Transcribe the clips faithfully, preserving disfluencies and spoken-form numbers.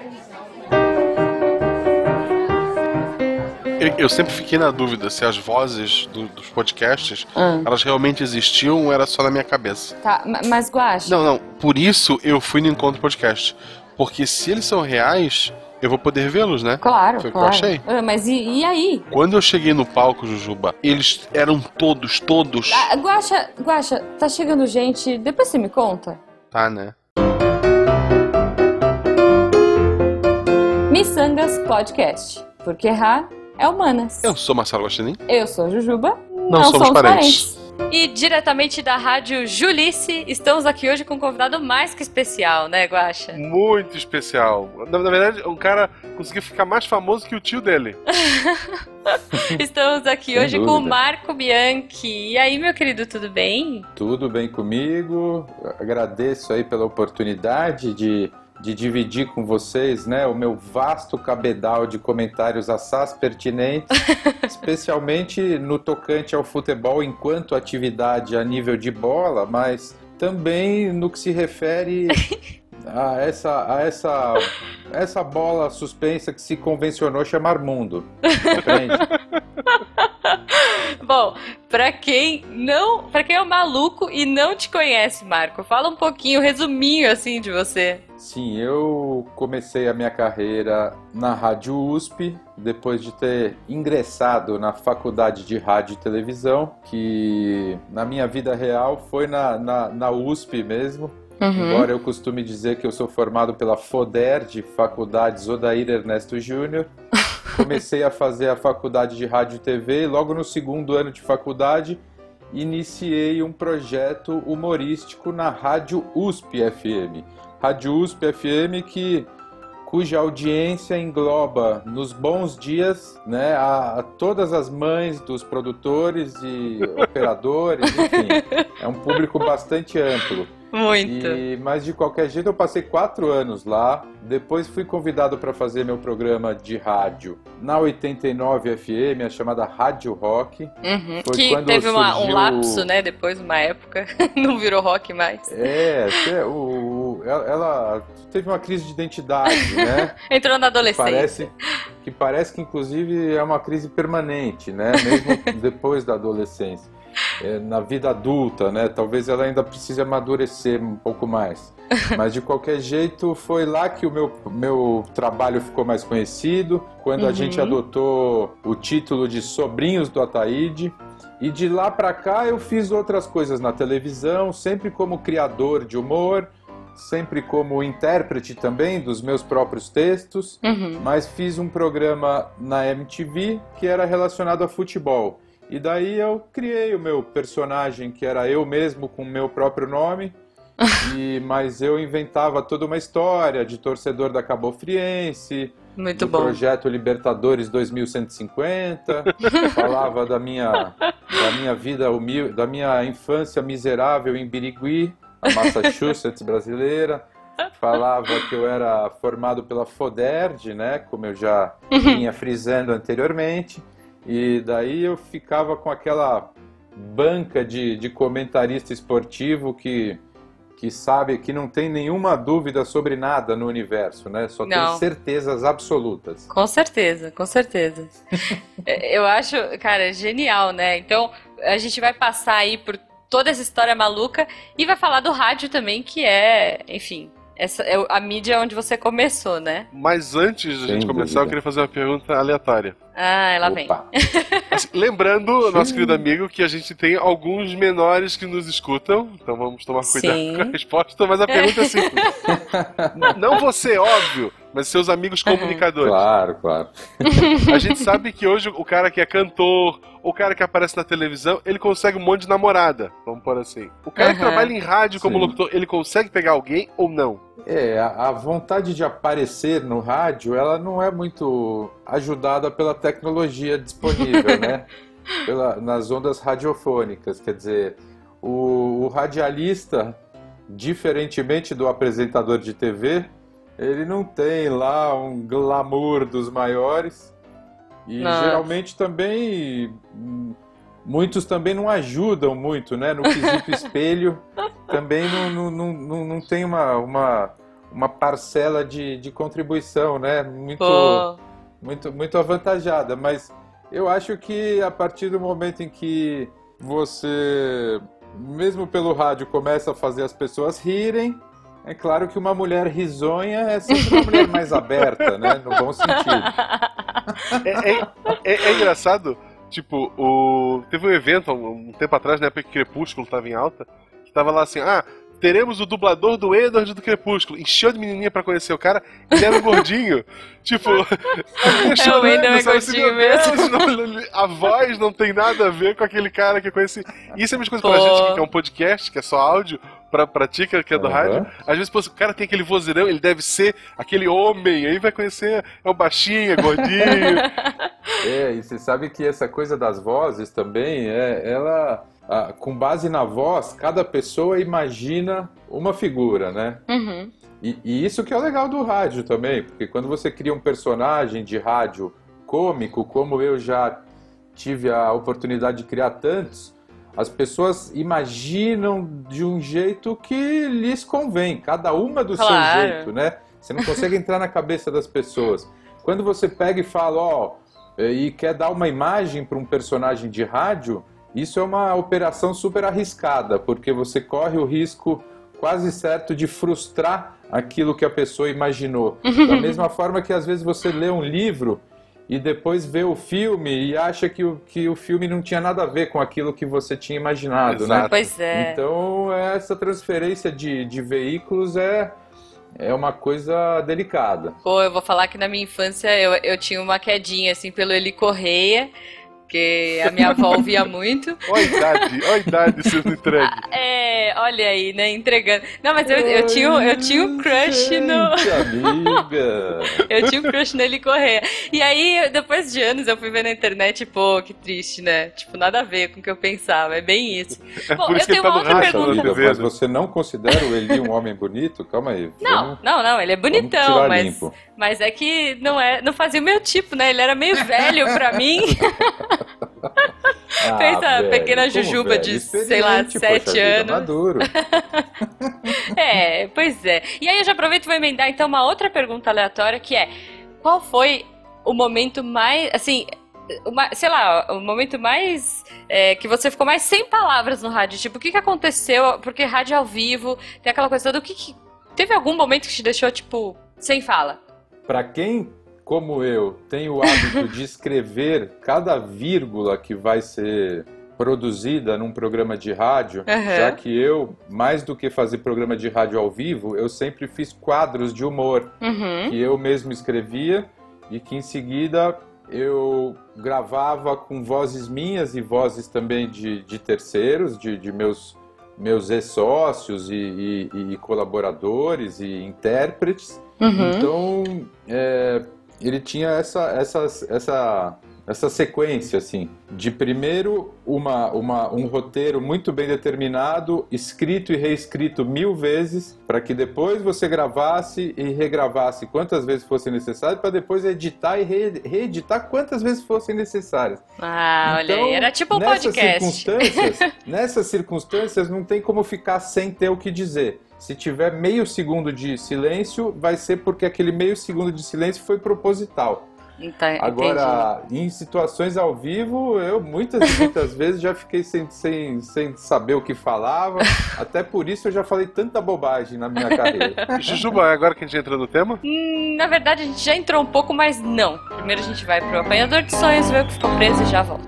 Eu, eu sempre fiquei na dúvida se as vozes do, dos podcasts, Hum. elas realmente existiam ou era só na minha cabeça. Tá, ma- mas Guaxa... Não, não. Por isso eu fui no Encontro Podcast. Porque se eles são reais, eu vou poder vê-los, né? Claro, Foi o que claro. eu achei. Ah, mas e, e aí? Quando eu cheguei no palco, Jujuba, eles eram todos, todos... Ah, Guaxa, Guaxa, tá chegando gente, depois você me conta. Tá, né? Missangas Podcast, porque errar é humanas. Eu sou Marcelo Guaxinim. Eu sou Jujuba, Não somos parentes. E diretamente da rádio Julice, estamos aqui hoje com um convidado mais que especial, né, Guaxa? Muito especial. Na, na verdade, um cara conseguiu ficar mais famoso que o tio dele. Estamos aqui Sem hoje dúvida. com o Marco Bianchi. E aí, meu querido, tudo bem? Tudo bem comigo? Agradeço aí pela oportunidade de, de dividir com vocês, né, o meu vasto cabedal de comentários assaz pertinentes, especialmente no tocante ao futebol enquanto atividade a nível de bola, mas também no que se refere a essa, a essa, essa bola suspensa que se convencionou chamar mundo. Compreende? Bom, pra quem não, para quem é um maluco e não te conhece, Marco, fala um pouquinho, resuminho assim de você. Sim, eu comecei a minha carreira na Rádio U S P, depois de ter ingressado na Faculdade de Rádio e Televisão, que na minha vida real foi na, na, na U S P mesmo. Uhum. Embora eu costume dizer que eu sou formado pela FODERJ, Faculdade Odair Ernesto Júnior. Comecei a fazer a faculdade de Rádio e T V e logo no segundo ano de faculdade iniciei um projeto humorístico na Rádio U S P F M. Rádio U S P F M que, cuja audiência engloba nos bons dias, né, a, a todas as mães dos produtores e operadores, enfim, é um público bastante amplo. Muito. E, mas de qualquer jeito eu passei quatro anos lá, depois fui convidado para fazer meu programa de rádio na oitenta e nove F M, a chamada Rádio Rock. Uhum. Foi Que quando teve uma- surgiu- um lapso, né, depois, uma época, não virou rock mais. É, até o, o- ela, ela teve uma crise de identidade, né? Entrou na adolescência. Parece, que parece que inclusive é uma crise permanente, né? Mesmo depois da adolescência. É, na vida adulta, né? Talvez ela ainda precise amadurecer um pouco mais. Mas de qualquer jeito, foi lá que o meu, meu trabalho ficou mais conhecido, quando a Uhum. gente adotou o título de Sobrinhos do Ataíde. E de lá pra cá eu fiz outras coisas na televisão, sempre como criador de humor, sempre como intérprete também dos meus próprios textos, Uhum. mas fiz um programa na M T V que era relacionado a futebol. E daí eu criei o meu personagem, que era eu mesmo com o meu próprio nome, e, mas eu inventava toda uma história de torcedor da Cabo Friense, Muito do bom. projeto Libertadores dois mil cento e cinquenta, falava da minha, da minha vida humilde, da minha infância miserável em Birigui, a Massachusetts brasileira, falava que eu era formado pela FODERJ, né, como eu já vinha frisando anteriormente, e daí eu ficava com aquela banca de, de comentarista esportivo que, que sabe que não tem nenhuma dúvida sobre nada no universo, né? Só tem Não. certezas absolutas. Com certeza, com certeza. É, Eu acho, cara, genial, né? Então, a gente vai passar aí por toda essa história maluca e vai falar do rádio também, que é, enfim, essa é a mídia onde você começou, né? Mas antes de a Sem gente começar, dúvida. eu queria fazer uma pergunta aleatória. Ah, ela vem. Opa. Assim, lembrando, nosso querido amigo, que a gente tem alguns menores que nos escutam, então vamos tomar cuidado Sim. com a resposta, mas a pergunta é simples. Não você, óbvio, mas seus amigos comunicadores. Claro, claro. A gente sabe que hoje o cara que é cantor, o cara que aparece na televisão, ele consegue um monte de namorada, vamos por assim. O cara que Aham. trabalha em rádio como Sim. locutor, ele consegue pegar alguém ou não? É, a, a vontade de aparecer no rádio, ela não é muito ajudada pela tecnologia disponível, né? Pela, nas ondas radiofônicas, quer dizer, o, o radialista, diferentemente do apresentador de T V, ele não tem lá um glamour dos maiores e Não. geralmente também hum, muitos também não ajudam muito, né? No quesito espelho também não, não, não, não, não tem uma, uma, uma parcela de, de contribuição, né? Muito, Pô. muito, muito avantajada, mas eu acho que a partir do momento em que você, mesmo pelo rádio, começa a fazer as pessoas rirem, é claro que uma mulher risonha é sempre uma mulher mais aberta, né? No bom sentido. É, é, é, é engraçado, tipo, o... teve um evento um, um tempo atrás, na época que Crepúsculo tava em alta, que tava lá assim, ah, teremos o dublador do Edward do Crepúsculo. Encheu de menininha pra conhecer o cara, ele era um gordinho. Tipo, é, o Edward é gordinho assim, mesmo. Não, a voz não tem nada a ver com aquele cara que eu conheci. E isso é uma coisa pra gente que é um podcast, que é só áudio, pra, pra ti, que é do Uhum. rádio. Às vezes, pô, o cara tem aquele vozeirão, ele deve ser aquele homem, aí vai conhecer, é um baixinho, é gordinho. É, e você sabe que essa coisa das vozes também, é, ela, ah, com base na voz, cada pessoa imagina uma figura, né? Uhum. E, e isso que é o legal do rádio também, porque quando você cria um personagem de rádio cômico, como eu já tive a oportunidade de criar tantos, as pessoas imaginam de um jeito que lhes convém, cada uma do Claro. seu jeito, né? Você não consegue entrar na cabeça das pessoas. Quando você pega e fala, ó, e quer dar uma imagem para um personagem de rádio, isso é uma operação super arriscada, porque você corre o risco quase certo de frustrar aquilo que a pessoa imaginou. Da mesma forma que às vezes você lê um livro e depois vê o filme e acha que o, que o filme não tinha nada a ver com aquilo que você tinha imaginado, né? Exato. Pois é. Então, essa transferência de, de veículos é, é uma coisa delicada. Pô, eu vou falar que na minha infância eu, eu tinha uma quedinha, assim, pelo Eli Correia, que a minha avó ouvia muito. Olha a idade, olha a idade sendo entregue. É, olha aí, né, entregando. Não, mas eu, eu, tinha, eu tinha um crush no... Gente, amiga! Eu tinha um crush nele Correia. E aí, depois de anos, eu fui ver na internet, pô, que triste, né? Tipo, nada a ver com o que eu pensava. É bem isso. É Bom, por isso eu que tenho ele tá uma no outra racha, pergunta. né? Amiga, mas você não considera o Eli um homem bonito? Calma aí. Não, vamos- não, não, ele é vamos bonitão, tirar mas, limpo. mas é que não, é, não fazia o meu tipo, né? Ele era meio velho pra mim. Ah, Fez a velho, pequena como Jujuba velho? de, sei lá, Experiente, sete poxa vida, anos. maduro. É, pois é. E aí eu já aproveito e vou emendar então uma outra pergunta aleatória, que é: qual foi o momento mais, assim, uma, sei lá, o momento mais é, que você ficou mais sem palavras no rádio? Tipo, o que que aconteceu? Porque rádio ao vivo, tem aquela coisa toda, o que que... Teve algum momento que te deixou, tipo, sem fala? Para quem, como eu, tem o hábito de escrever cada vírgula que vai ser produzida num programa de rádio, Uhum. já que eu, mais do que fazer programa de rádio ao vivo, eu sempre fiz quadros de humor, Uhum. que eu mesmo escrevia e que em seguida eu gravava com vozes minhas e vozes também de, de terceiros, de, de meus, meus ex-sócios e, e, e colaboradores e intérpretes. Uhum. Então, é, ele tinha essa, essa, essa, essa sequência, assim, de primeiro uma, uma, um roteiro muito bem determinado, escrito e reescrito mil vezes, para que depois você gravasse e regravasse quantas vezes fosse necessário, para depois editar e re, reeditar quantas vezes fossem necessárias. Ah, olha Então, aí, era tipo um nessas podcast. circunstâncias, nessas circunstâncias não tem como ficar sem ter o que dizer. Se tiver meio segundo de silêncio, vai ser porque aquele meio segundo de silêncio foi proposital. Tá, Agora, em situações ao vivo, eu muitas e muitas vezes já fiquei sem, sem, sem saber o que falava. Até por isso eu já falei tanta bobagem na minha carreira. Jujuba, agora que a gente entra no tema? Hum, na verdade, a gente já entrou um pouco, mas não. Primeiro a gente vai pro apanhador de sonhos, ver o que ficou preso e já volta.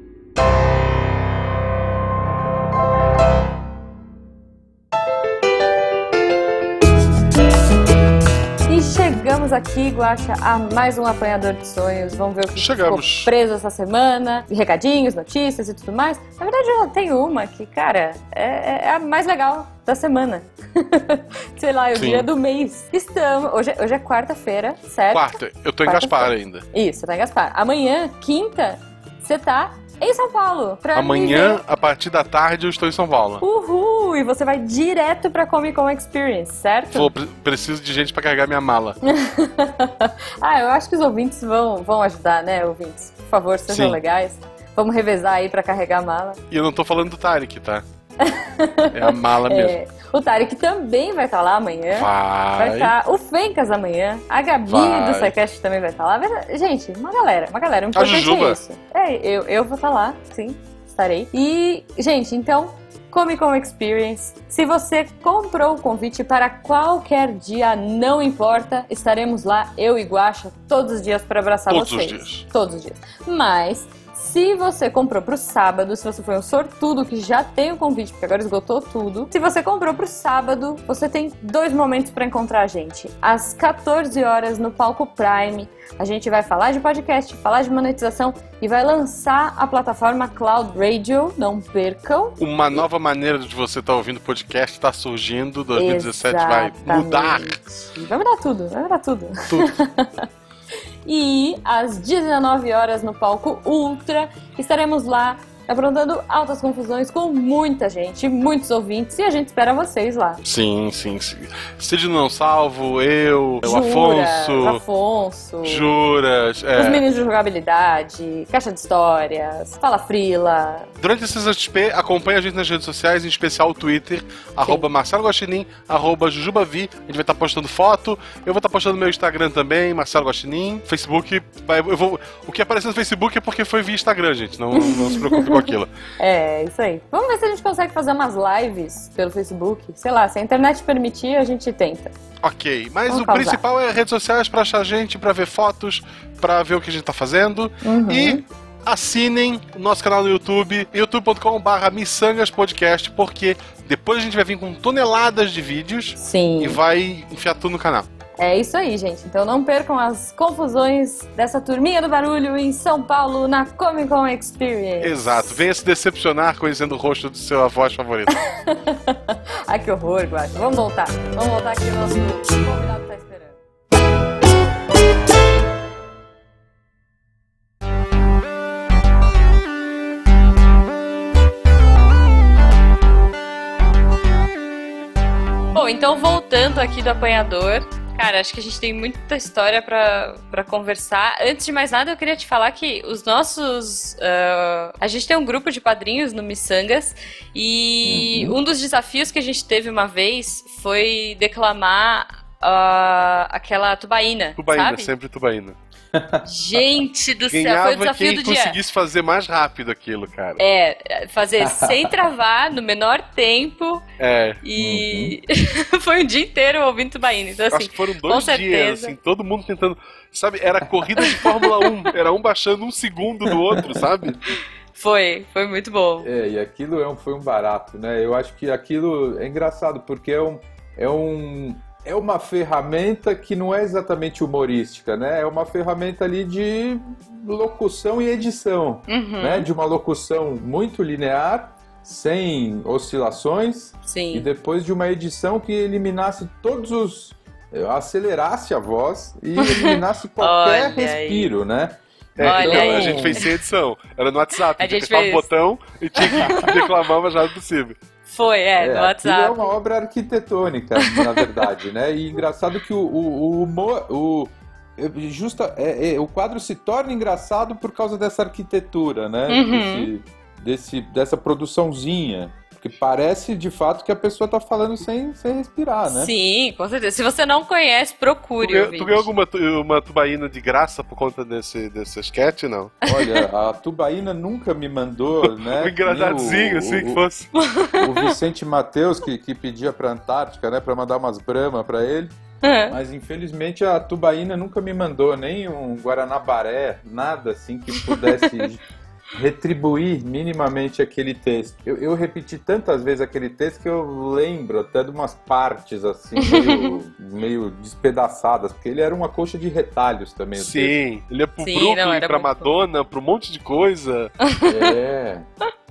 E chegamos aqui, Guaxa, a mais um apanhador de sonhos. Vamos ver o que Chegamos. ficou preso essa semana. E recadinhos, notícias e tudo mais. Na verdade, eu tenho uma que, cara, é, é a mais legal da semana. Sei lá, é o Sim. dia do mês. Estamos. Hoje, é- hoje é quarta-feira, certo? Quarta, eu tô em Quarta-feira. Gaspar ainda. Isso, tá em Gaspar. Amanhã, quinta, você tá em São Paulo. Pra me Amanhã, ver. a partir da tarde, eu estou em São Paulo. Uhul! E você vai direto pra Comic Con Experience, certo? Vou, pre- preciso de gente pra carregar minha mala. Ah, eu acho que os ouvintes vão, vão ajudar, né, ouvintes? Por favor, sejam Sim. legais. Vamos revezar aí pra carregar a mala. E eu não tô falando do Tarek, tá? É a mala mesmo. É, O Tarek também vai estar lá amanhã. Vai. Vai estar o Fencas amanhã. A Gabi Vai. do SciCast também vai estar lá. Vai- Gente, uma galera, uma galera. O importante Jujuba. é isso. É, eu, eu vou estar lá, sim, estarei. E, gente, então, Comic Con Experience. Se você comprou o convite para qualquer dia, não importa, estaremos lá, eu e Guaxa, todos os dias para abraçar Todos os vocês. dias. Todos os dias. Mas, se você comprou pro sábado, se você foi um sortudo que já tem o convite, porque agora esgotou tudo. Se você comprou pro sábado, você tem dois momentos para encontrar a gente. Às quatorze horas no Palco Prime, a gente vai falar de podcast, falar de monetização e vai lançar a plataforma Cloud Radio, não percam. Uma nova maneira de você estar ouvindo podcast está surgindo. dois mil e dezessete vai mudar Exatamente. Vai mudar tudo, vai mudar tudo. tudo. E às dezenove horas no Palco Ultra, estaremos lá aprontando altas confusões com muita gente, muitos ouvintes, e a gente espera vocês lá. Sim, sim, sim. Cid Não Salvo, eu, o Juras, Afonso, Afonso, Juras. É. os meninos de jogabilidade, Caixa de Histórias, Fala Frila. Durante a C C X P, acompanhe a gente nas redes sociais, em especial o Twitter, arroba Marcelo Guaxinim, arroba Jujubavi. A gente vai estar postando foto. Eu vou estar postando no meu Instagram também, Marcelo Guaxinim. Facebook, vai- eu vou, o que apareceu no Facebook é porque foi via Instagram, gente. Não, não se preocupe com aquilo. É, isso aí. Vamos ver se a gente consegue fazer umas lives pelo Facebook. Sei lá, se a internet permitir, a gente tenta. Ok, mas Vamos o causar. principal é redes sociais pra achar a gente, pra ver fotos, pra ver o que a gente tá fazendo. Uhum. E assinem o nosso canal no YouTube, youtube ponto com barra Missangas Podcast, porque depois a gente vai vir com toneladas de vídeos Sim. e vai enfiar tudo no canal. É isso aí, gente. Então não percam as confusões dessa turminha do barulho em São Paulo na Comic Con Experience. Exato, venha se decepcionar conhecendo o rosto do seu avó favorito. Ai, que horror, Guaxa. Vamos voltar. Vamos voltar aqui, o nosso convidado tá esperando. Bom, então voltando aqui do apanhador, cara, acho que a gente tem muita história pra, pra conversar. Antes de mais nada, eu queria te falar que os nossos... ah, a gente tem um grupo de padrinhos no Missangas e um dos desafios que a gente teve uma vez foi declamar ah, aquela tubaína, Tubaína, sabe? sempre tubaína. Gente do céu, foi o Ganhava desafio quem do dia. conseguisse fazer mais rápido aquilo, cara. É, fazer sem travar, no menor tempo, É. e foi um dia inteiro ouvindo tubaína. Então, Acho assim, que foram com dois dias, certeza. assim, todo mundo tentando. Sabe, era corrida de Fórmula um. Era um baixando um segundo do outro, sabe? foi, foi muito bom. É, e aquilo é um, foi um barato, né? Eu acho que aquilo é engraçado, porque é um, é um, é uma ferramenta que não é exatamente humorística, né? É uma ferramenta ali de locução e edição, Uhum, né? De uma locução muito linear, sem oscilações, e sim. depois de uma edição que eliminasse todos os... acelerasse a voz e eliminasse qualquer Olha aí. respiro, né? É, Olha então, aí. a gente fez sem edição. Era no WhatsApp. A A gente gente apertava o fez. botão e tinha que declamar o mais rápido possível. Foi, é, no aquilo WhatsApp. é uma obra arquitetônica, na verdade, né? E engraçado que o, o, o humor, o, justa, é, é, o quadro se torna engraçado por causa dessa arquitetura, né? Uhum. Desse, desse, dessa produçãozinha. Porque parece, de fato, que a pessoa tá falando sem, sem respirar, né? Sim, com certeza. Se você não conhece, Tu procure. ganhou, ouvinte. tu ganhou alguma tu- uma tubaína de graça por conta desse, desse sketch, não? Olha, a Tubaína nunca me mandou, né? Um engraçadinho, Nem o- assim, o- que fosse. O Vicente Mateus, que, que pedia pra Antártica, né? Pra mandar umas Brahma pra ele. Uhum. Mas infelizmente a Tubaína nunca me mandou nem um Guaranabaré, nada assim que pudesse retribuir minimamente aquele texto. Eu, eu repeti tantas vezes aquele texto que eu lembro até de umas partes assim, meio, meio despedaçadas, porque ele era uma coxa de retalhos também. o texto. Sim, ele é pro Sim, Brooklyn, não, era pra muito Madonna, pra um monte de coisa. É,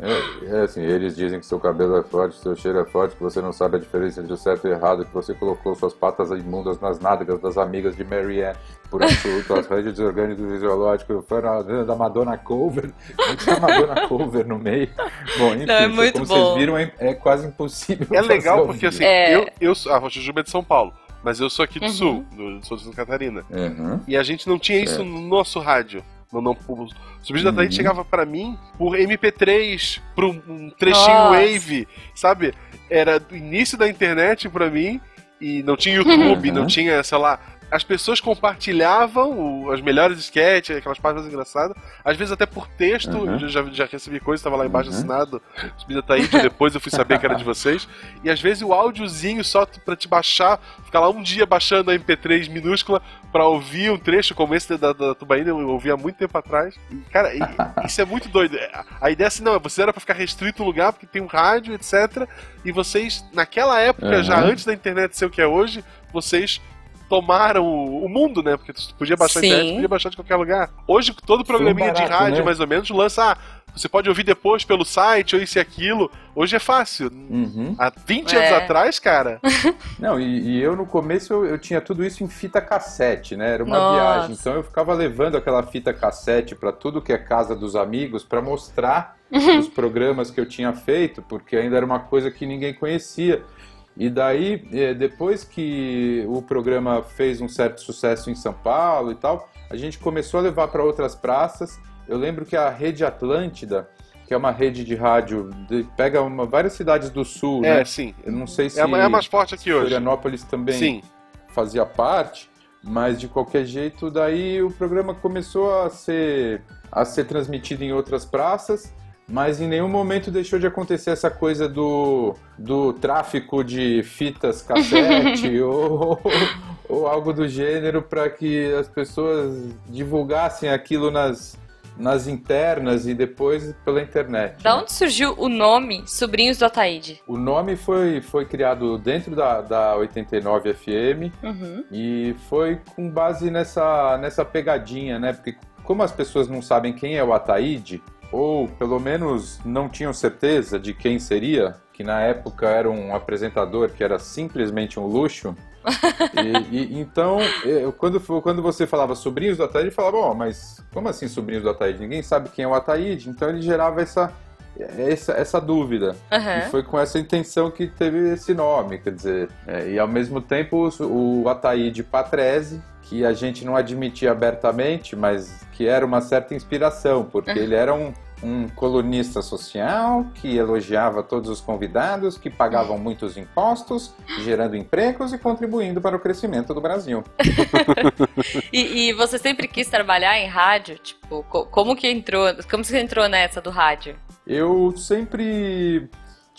é, é assim, eles dizem que seu cabelo é forte, seu cheiro é forte, que você não sabe a diferença entre o certo e o errado, que você colocou suas patas imundas nas nádegas das amigas de Mary Ann, por absoluto, as redes desorgânicos fisiológicos, foi na da Madonna Cover, a Madonna Cover no meio. Bom, enfim, Não, é muito como bom. vocês viram, é, é quase impossível. É legal fazer porque, ao assim, vivo. É. eu, eu sou. A Jujuba é de São Paulo, mas eu sou aqui do Uhum. Sul, do, sou de Santa Catarina. Uhum. E a gente não tinha isso Certo. no nosso rádio. Não, não, o Sobrinhos da Taíde Uhum. chegava pra mim por M P três, por um, um trechinho Nossa. Wave, sabe? Era do início da internet pra mim, e não tinha YouTube, Uhum. não tinha, sei lá... As pessoas compartilhavam o- as melhores sketches, aquelas partes mais engraçadas, às vezes até por texto. Uhum. Eu já, já recebi coisa, estava lá embaixo Uhum. assinado, Subida Taíde, depois eu fui saber que era de vocês. E às vezes o áudiozinho só t- pra te baixar, ficar lá um dia baixando a M P três minúscula pra ouvir um trecho como esse da, da Tubaína, eu ouvia há muito tempo atrás. E, cara, e- isso é muito doido. A- A ideia é assim, não, você era pra ficar restrito no lugar, porque tem um rádio, etcétera. E vocês, naquela época, Uhum. já antes da internet ser o que é hoje, vocês tomaram o o mundo, né? Porque tu podia baixar a Sim. internet, podia baixar de qualquer lugar. Hoje, todo programinha de barato, rádio, né? mais ou menos, lança, ah, você pode ouvir depois pelo site, ou isso e aquilo. Hoje é fácil. Uhum. Há vinte É. anos atrás, cara... Não, e, e eu no começo eu, eu tinha tudo isso em fita cassete, né? Era uma Nossa. viagem. Então eu ficava levando aquela fita cassete para tudo que é casa dos amigos para mostrar os programas que eu tinha feito, porque ainda era uma coisa que ninguém conhecia. E daí, eh, depois que o programa fez um certo sucesso em São Paulo e tal, a gente começou a levar para outras praças. Eu lembro que a Rede Atlântida, que é uma rede de rádio, de- pega uma- várias cidades do sul, É, né? sim. Eu não sei se É, a- é a mais forte aqui hoje. Florianópolis também Sim. fazia parte, mas de qualquer jeito, daí o programa começou a ser, a ser transmitido em outras praças, mas em nenhum momento deixou de acontecer essa coisa do, do tráfico de fitas cassete ou, ou algo do gênero para que as pessoas divulgassem aquilo nas, nas internas e depois pela internet. Da né? onde surgiu o nome Sobrinhos do Ataíde? O nome foi, foi criado dentro da, da oitenta e nove F M Uhum. e foi com base nessa, nessa pegadinha, né? Porque como as pessoas não sabem quem é o Ataíde, ou pelo menos não tinham certeza de quem seria, que na época era um apresentador que era simplesmente um luxo, e, e- então, eu, quando, quando você falava Sobrinhos do Ataíde, eu falava, bom, mas como assim Sobrinhos do Ataíde? Ninguém sabe quem é o Ataíde, então ele gerava essa, essa, essa dúvida. Aham. E foi com essa intenção que teve esse nome, quer dizer, é, e ao mesmo tempo o, o Ataíde Patrese, que a gente não admitia abertamente, mas que era uma certa inspiração, porque ele era um, um colunista social que elogiava todos os convidados, que pagavam muitos impostos, gerando empregos e contribuindo para o crescimento do Brasil. E, e você sempre quis trabalhar em rádio? Tipo, co- como que entrou? Como você entrou nessa do rádio? Eu sempre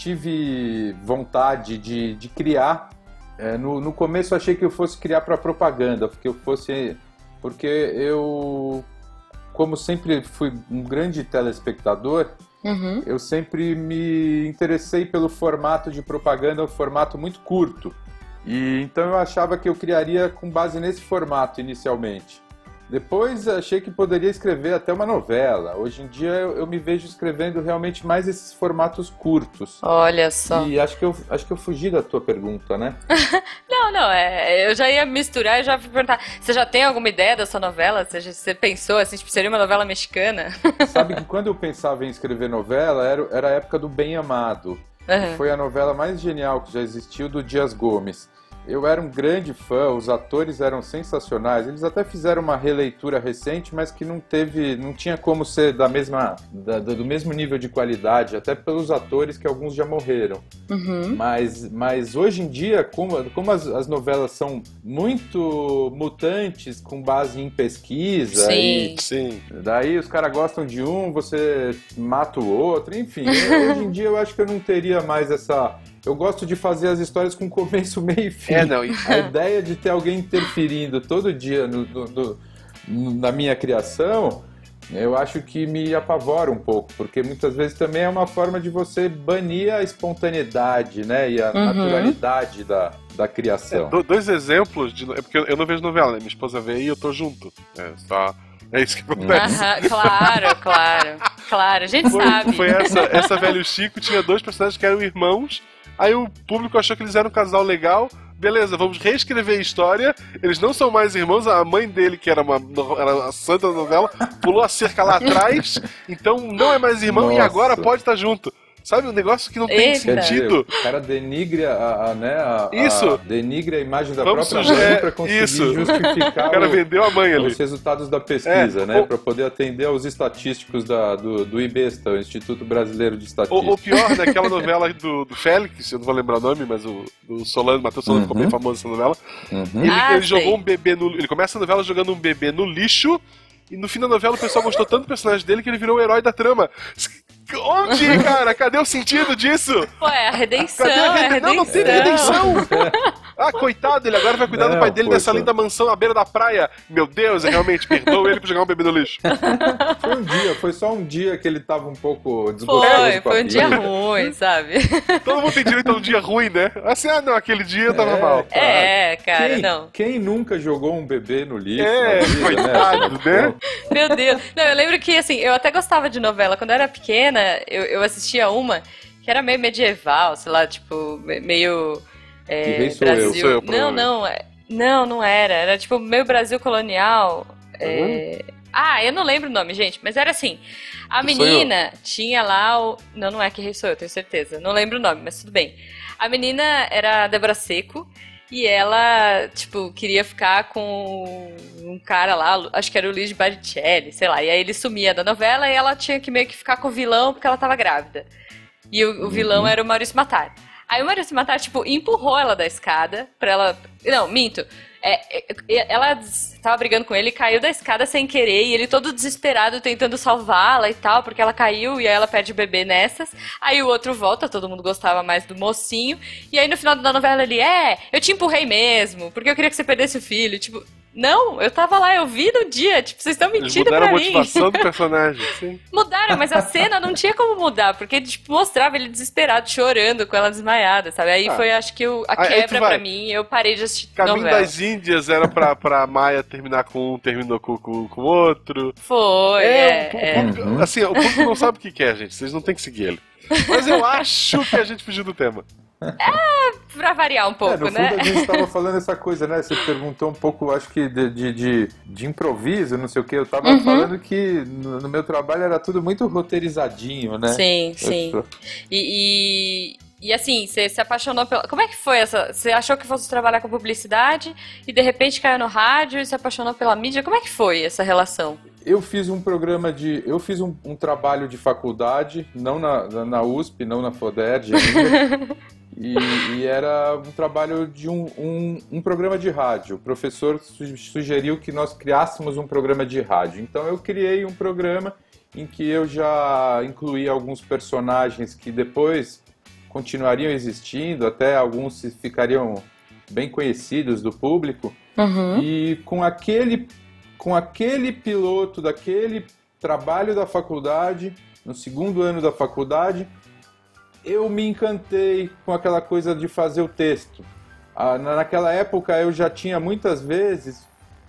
tive vontade de, de criar. É, no, no começo eu achei que eu fosse criar para propaganda, porque eu fosse, porque eu, como sempre fui um grande telespectador, Uhum. eu sempre me interessei pelo formato de propaganda, um formato muito curto. E então eu achava que eu criaria com base nesse formato inicialmente. Depois achei que poderia escrever até uma novela. Hoje em dia eu, eu me vejo escrevendo realmente mais esses formatos curtos. Olha só. E acho que, eu, acho que eu fugi da tua pergunta, né? Não, não, é, eu já ia misturar e já ia perguntar. Você já tem alguma ideia da sua novela? Você, já- você pensou assim, tipo, seria uma novela mexicana? Sabe que quando eu pensava em escrever novela, era, era a época do Bem Amado. Aham. Que foi a novela mais genial que já existiu, do Dias Gomes. Eu era um grande fã, os atores eram sensacionais. Eles até fizeram uma releitura recente, mas que não teve, não tinha como ser da mesma, da- do mesmo nível de qualidade, até pelos atores que alguns já morreram. Uhum. Mas, mas hoje em dia, como, como as, as novelas são muito mutantes, com base em pesquisa, Sim. e Sim. daí os caras gostam de um, você mata o outro, enfim. eu- hoje em dia eu acho que eu não teria mais essa... Eu gosto de fazer as histórias com começo, meio e fim. É, não, e- A ideia de ter alguém interferindo todo dia no- no- no- no- na minha criação, eu acho que me apavora um pouco, porque muitas vezes também é uma forma de você banir a espontaneidade, né, e a Uhum. naturalidade da, da É, criação. do- dois exemplos de. É porque eu, eu não vejo novela, né? Minha esposa vê e eu tô junto. É só. É isso que acontece. Aham, claro, claro. Claro, a gente Foi, sabe. foi essa, essa velho Chico tinha dois personagens que eram irmãos. Aí o público achou que eles eram um casal legal. Beleza, vamos reescrever a história. Eles não são mais irmãos. A mãe dele, que era, uma, era a santa da novela, pulou a cerca lá atrás. Então não é mais irmão e Nossa. agora pode estar junto. Sabe? Um negócio que não tem Eita. sentido. O cara denigre a, a, né, a, Isso. A, denigre a imagem da Vamos própria sujar- mãe para conseguir isso. justificar O cara o- vendeu a mãe ali. os resultados da pesquisa, É, né? o- Para poder atender aos estatísticos da, do, do IBESTA, o Instituto Brasileiro de Estatística. O, o pior, naquela novela do, do Félix, eu não vou lembrar o nome, mas o do Solano, Matheus Solano ficou Uhum. bem famoso nessa novela. Uhum. Ele, Ah, ele sei. jogou um bebê no. Ele começa a novela jogando um bebê no lixo, e no fim da novela o pessoal gostou tanto do personagem dele que ele virou o herói da trama. Onde, cara? Cadê o sentido disso? Pô, é a redenção, Cadê a é a rede... redenção. Não, não teve redenção! Ah, coitado, ele agora vai cuidar do Não, pai dele poxa. dessa linda mansão à beira da praia. Meu Deus, é realmente, perdoa ele por jogar um bebê no lixo. Foi um dia, foi só um dia que ele tava um pouco desgostoso Foi, com a foi um dia vida. ruim, sabe? Todo mundo tem direito a um dia ruim, né? Assim, ah, não, aquele dia eu tava É, mal. claro. É, cara, quem, não. Quem nunca jogou um bebê no lixo? É, na vida, coitado, né? Meu Deus. Não, eu lembro que, assim, eu até gostava de novela. Quando eu era pequena, eu, eu assistia uma que era meio medieval, sei lá, tipo, me- meio... É, Que rei sou Brasil. eu. Sou eu, não, provavelmente. não, é- não, não era. Era tipo meio Brasil colonial. É... Ah, eu não lembro o nome, gente, mas era assim. A Que sou menina tinha lá o. Não, não é que rei sou eu, tenho certeza. Não lembro o nome, mas tudo bem. A menina era a Débora Seco. E ela, tipo, queria ficar com um cara lá, acho que era o Luigi Baricelli, sei lá. E aí ele sumia da novela e ela tinha que meio que ficar com o vilão porque ela tava grávida. E o, o vilão era o Maurício Matar. Aí o Maurício Matar, tipo, empurrou ela da escada pra ela... Não, minto. É, é, ela tava brigando com ele, caiu da escada sem querer, e ele todo desesperado tentando salvá-la e tal, porque ela caiu e aí ela perde o bebê nessas. Aí o outro volta, todo mundo gostava mais do mocinho, e aí no final da novela ele, é, eu te empurrei mesmo, porque eu queria que você perdesse o filho. Tipo, não, eu tava lá, eu vi no dia, tipo, vocês estão Eles mentindo mudaram a pra mim. motivação do personagem, sim. Mudaram, mas a cena não tinha como mudar, porque tipo, mostrava ele desesperado, chorando, com ela desmaiada, sabe? Aí Ah. foi, acho que, o, a Aí- aí tu quebra vai. pra mim, eu parei de assistir Caminho novela. das Índias era pra, pra Maia terminar com um, terminou com o com, com o outro. Foi, é, o- o é. público- Uhum. Assim, o público não sabe o que quer, gente. Vocês não tem que seguir ele. Mas eu acho que a gente fugiu do tema. Pra variar um É, pouco, no fundo né? a gente estava falando essa coisa, né? Você perguntou um pouco, acho que de, de, de, de improviso, não sei o que. Eu tava Uhum. falando que no, no meu trabalho era tudo muito roteirizadinho, né? Sim, sim. Eu- E, e, e, assim, você se apaixonou pela. Como é que foi essa? Você achou que fosse trabalhar com publicidade e de repente caiu no rádio e se apaixonou pela mídia? Como é que foi essa relação? Eu fiz um programa de. Eu fiz um, um trabalho de faculdade, não na, na- na U S P, não na FODERJ ainda. e, e era um trabalho de um, um, um programa de rádio. O professor su- sugeriu que nós criássemos um programa de rádio. Então eu criei um programa em que eu já incluí alguns personagens que depois continuariam existindo, até alguns ficariam bem conhecidos do público. Uhum. E com aquele, com aquele piloto daquele trabalho da faculdade, no segundo ano da faculdade, eu me encantei com aquela coisa de fazer o texto. Ah, na- naquela época eu já tinha muitas vezes,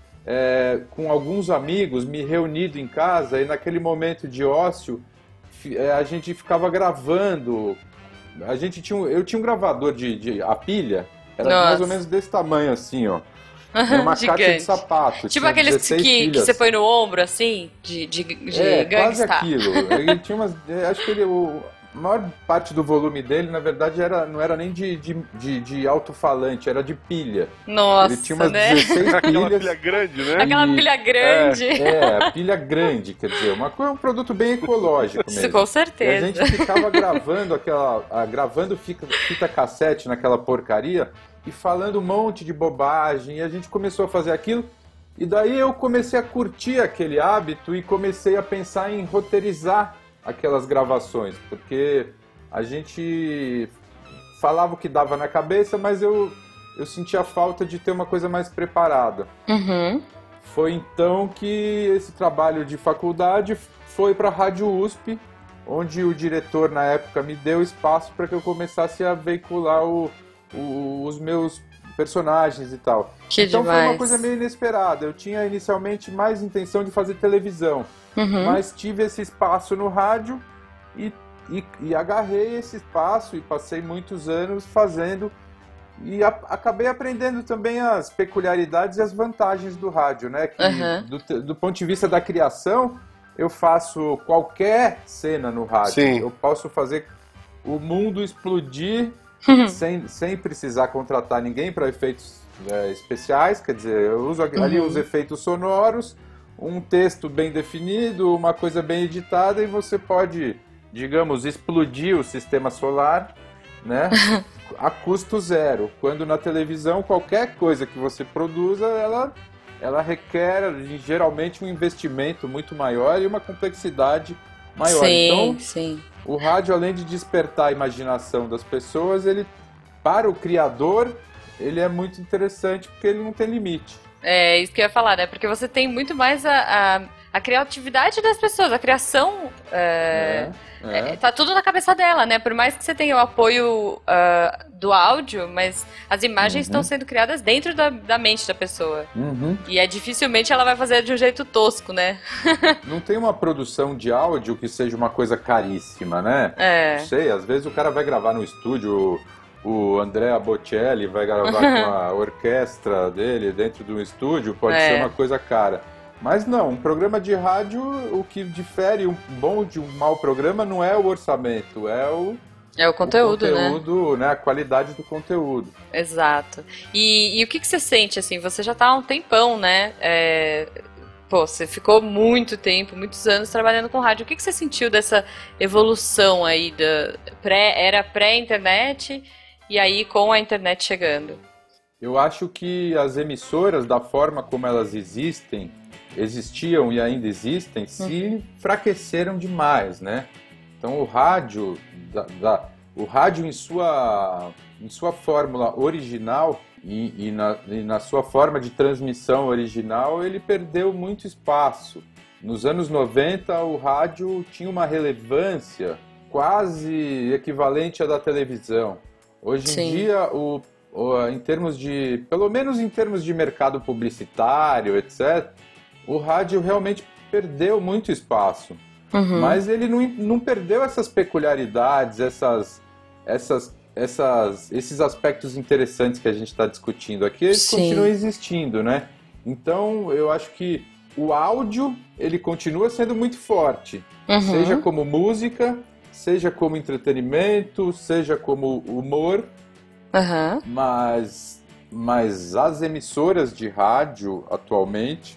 é, com alguns amigos, me reunido em casa e naquele momento de ócio, fi- é, a gente ficava gravando. A gente tinha um- eu tinha um gravador de, de a pilha, era Nossa. mais ou menos desse tamanho assim, ó. Era uma caixa de Gigante. sapato. Tipo tinha aqueles que, dezesseis que pilhas. você põe no ombro, assim, de, de, de É, quase gangsta. aquilo. Ele tinha umas. é, Acho que ele, o, a maior parte do volume dele, na verdade, era, não era nem de, de, de, de alto-falante, era de pilha. Nossa, ele tinha umas né? dezesseis Aquela pilhas. pilha grande, né? Aquela e- pilha grande. É, a pilha grande, quer dizer, uma coisa, um produto bem ecológico Isso, mesmo. com E a certeza. gente ficava gravando aquela, a- gravando fita, fita cassete naquela porcaria e falando um monte de bobagem. E a gente começou a fazer aquilo. E daí eu comecei a curtir aquele hábito e comecei a pensar em roteirizar aquelas gravações, porque a gente falava o que dava na cabeça, mas eu, eu sentia falta de ter uma coisa mais preparada. Uhum. Foi então que esse trabalho de faculdade foi para a Rádio U S P, onde o diretor na época me deu espaço para que eu começasse a veicular o, o- os meus personagens e tal. Que então demais. foi uma coisa meio inesperada. Eu tinha inicialmente mais intenção de fazer televisão, Uhum. mas tive esse espaço no rádio e, e, e agarrei esse espaço e passei muitos anos fazendo. E a- acabei aprendendo também as peculiaridades e as vantagens do rádio, né? Que Uhum. do, te- do ponto de vista da criação, eu faço qualquer cena no rádio. Sim. Eu posso fazer o mundo explodir sem, sem precisar contratar ninguém para efeitos é, especiais, quer dizer, eu uso ali uhum. os efeitos sonoros, um texto bem definido, uma coisa bem editada, e você pode, digamos, explodir o sistema solar, né, a custo zero. Quando na televisão, qualquer coisa que você produza, ela, ela requer geralmente um investimento muito maior e uma complexidade maior. Sim, então, sim. O rádio, além de despertar a imaginação das pessoas, ele, para o criador, ele é muito interessante porque ele não tem limite. É isso que eu ia falar, né? Porque você tem muito mais a, a, a criatividade das pessoas, a criação. É, é, é. É, tá tudo na cabeça dela, né? Por mais que você tenha o apoio uh, do áudio, mas as imagens uhum. estão sendo criadas dentro da, da mente da pessoa. Uhum. E é dificilmente ela vai fazer de um jeito tosco, né? Não tem uma produção de áudio que seja uma coisa caríssima, né? É. Não sei, às vezes o cara vai gravar no estúdio. O Andrea Bocelli vai gravar com a orquestra dele dentro de um estúdio, pode é. ser uma coisa cara. Mas não, um programa de rádio, o que difere um bom de um mau programa não é o orçamento, é o... É o conteúdo, o conteúdo, né? né? A qualidade do conteúdo. Exato. E, e o que, que você sente, assim? Você já tá há um tempão, né? É... Pô, você ficou muito tempo, muitos anos trabalhando com rádio. O que, que você sentiu dessa evolução aí da pré, era pré-internet... E aí, com a internet chegando? Eu acho que as emissoras, da forma como elas existem, existiam e ainda existem, se enfraqueceram demais, né? Então, o rádio, da, da, o rádio em sua, em sua fórmula original e, e, na, e na sua forma de transmissão original, ele perdeu muito espaço. Nos anos noventa, o rádio tinha uma relevância quase equivalente à da televisão. Hoje Sim. em dia, o, o, em termos de, pelo menos em termos de mercado publicitário, etcétera, o rádio realmente perdeu muito espaço. Uhum. Mas ele não, não perdeu essas peculiaridades, essas, essas, essas, esses aspectos interessantes que a gente está discutindo aqui, eles Sim. continuam existindo, né? Então, eu acho que o áudio, ele continua sendo muito forte, uhum. seja como música, seja como entretenimento, seja como humor, uhum. mas, mas as emissoras de rádio atualmente,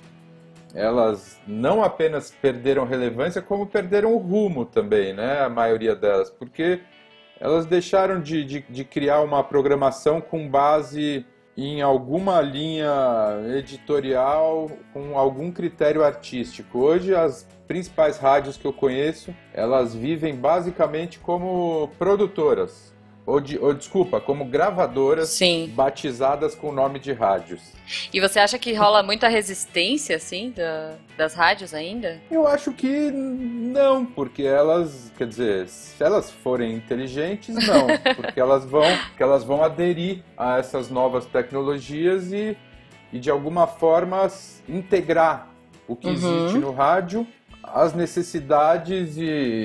elas não apenas perderam relevância, como perderam o rumo também, né? A maioria delas, porque elas deixaram de, de, de criar uma programação com base em alguma linha editorial, com algum critério artístico. Hoje, as principais rádios que eu conheço, elas vivem basicamente como produtoras, ou, de, ou desculpa, como gravadoras. Sim. Batizadas com o nome de rádios. E você acha que rola muita resistência, assim, da, das rádios ainda? Eu acho que não, porque elas, quer dizer, se elas forem inteligentes, não, porque elas vão, porque elas vão aderir a essas novas tecnologias e, e de alguma forma integrar o que uhum. existe no rádio, as necessidades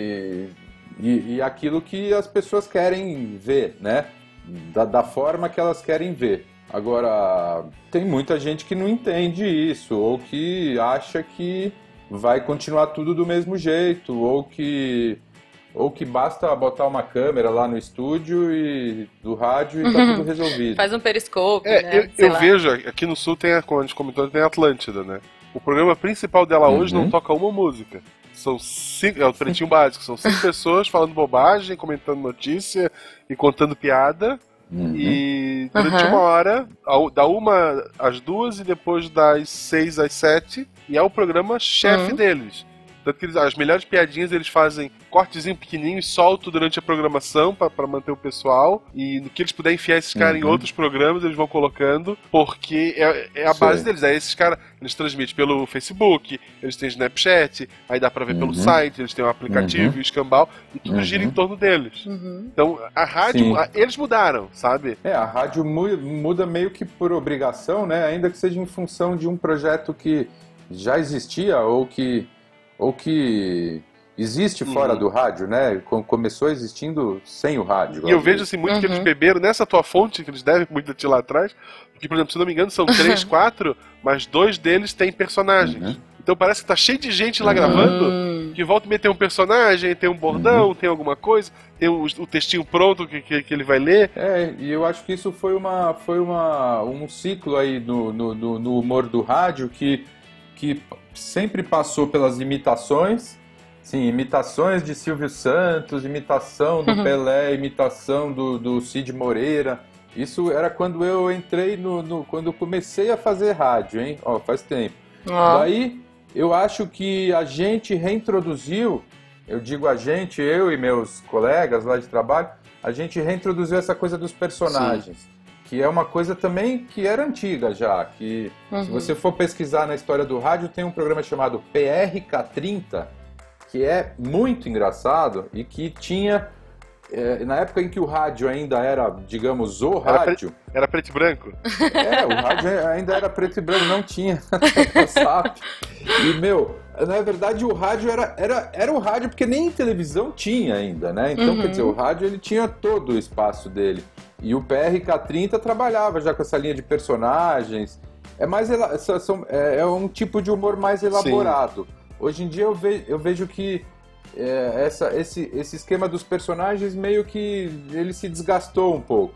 e, e, e aquilo que as pessoas querem ver, né? Da, da forma que elas querem ver. Agora, tem muita gente que não entende isso, ou que acha que vai continuar tudo do mesmo jeito, ou que, ou que basta botar uma câmera lá no estúdio e, do rádio e uhum. tá tudo resolvido. Faz um periscope, é, né? Eu, eu vejo, aqui no Sul tem, como a gente comentou, tem a Atlântida, né? O programa principal dela hoje uhum. não toca uma música. São cinco, é o pretinho básico, são cinco pessoas falando bobagem, comentando notícia e contando piada. Uhum. E durante uhum. uma hora, da uma às duas e depois das seis às sete, e é o programa chefe uhum. deles. Tanto que eles, as melhores piadinhas eles fazem cortezinho pequenininho e soltam durante a programação pra, pra manter o pessoal. E no que eles puderem enfiar esses caras uhum. em outros programas, eles vão colocando, porque é, é a Sei. base deles. Aí esses caras, eles transmitem pelo Facebook, eles têm Snapchat, aí dá pra ver uhum. pelo site, eles têm um aplicativo, uhum. o escambau, e tudo uhum. gira em torno deles. Uhum. Então, a rádio, a, eles mudaram, sabe? É, a rádio muda meio que por obrigação, né? Ainda que seja em função de um projeto que já existia ou que ou que existe fora uhum. do rádio, né? Começou existindo sem o rádio. E eu vejo assim, muito uhum. que eles beberam nessa tua fonte, que eles devem muito a ti lá atrás, porque, por exemplo, se não me engano, são três, quatro, mas dois deles têm personagens. Uhum. Então parece que tá cheio de gente lá gravando, que volta e meia tem um personagem, tem um bordão, uhum. tem alguma coisa, tem o, o textinho pronto que, que, que ele vai ler. É, e eu acho que isso foi, uma, foi uma, um ciclo aí no, no, no, no humor do rádio que, que sempre passou pelas imitações. Sim, imitações de Silvio Santos, imitação do uhum. Pelé, imitação do, do Cid Moreira. Isso era quando eu entrei no, no... quando eu comecei a fazer rádio, hein? Ó, faz tempo. Oh. Daí, eu acho que a gente reintroduziu, eu digo a gente, eu e meus colegas lá de trabalho, a gente reintroduziu essa coisa dos personagens. Sim. Que é uma coisa também que era antiga já. Que uhum. se você for pesquisar na história do rádio, tem um programa chamado P R K trinta, que é muito engraçado e que tinha, é, na época em que o rádio ainda era, digamos, o rádio... Era, pre... era preto e branco? É, o rádio ainda era preto e branco, não tinha WhatsApp. E, meu, na verdade o rádio era, era, era o rádio porque nem televisão tinha ainda, né? Então, uhum. quer dizer, o rádio ele tinha todo o espaço dele. E o P R K trinta trabalhava já com essa linha de personagens. É, mais, é, é um tipo de humor mais elaborado. Sim. Hoje em dia eu, ve, eu vejo que é, essa, esse, esse esquema dos personagens meio que ele se desgastou um pouco.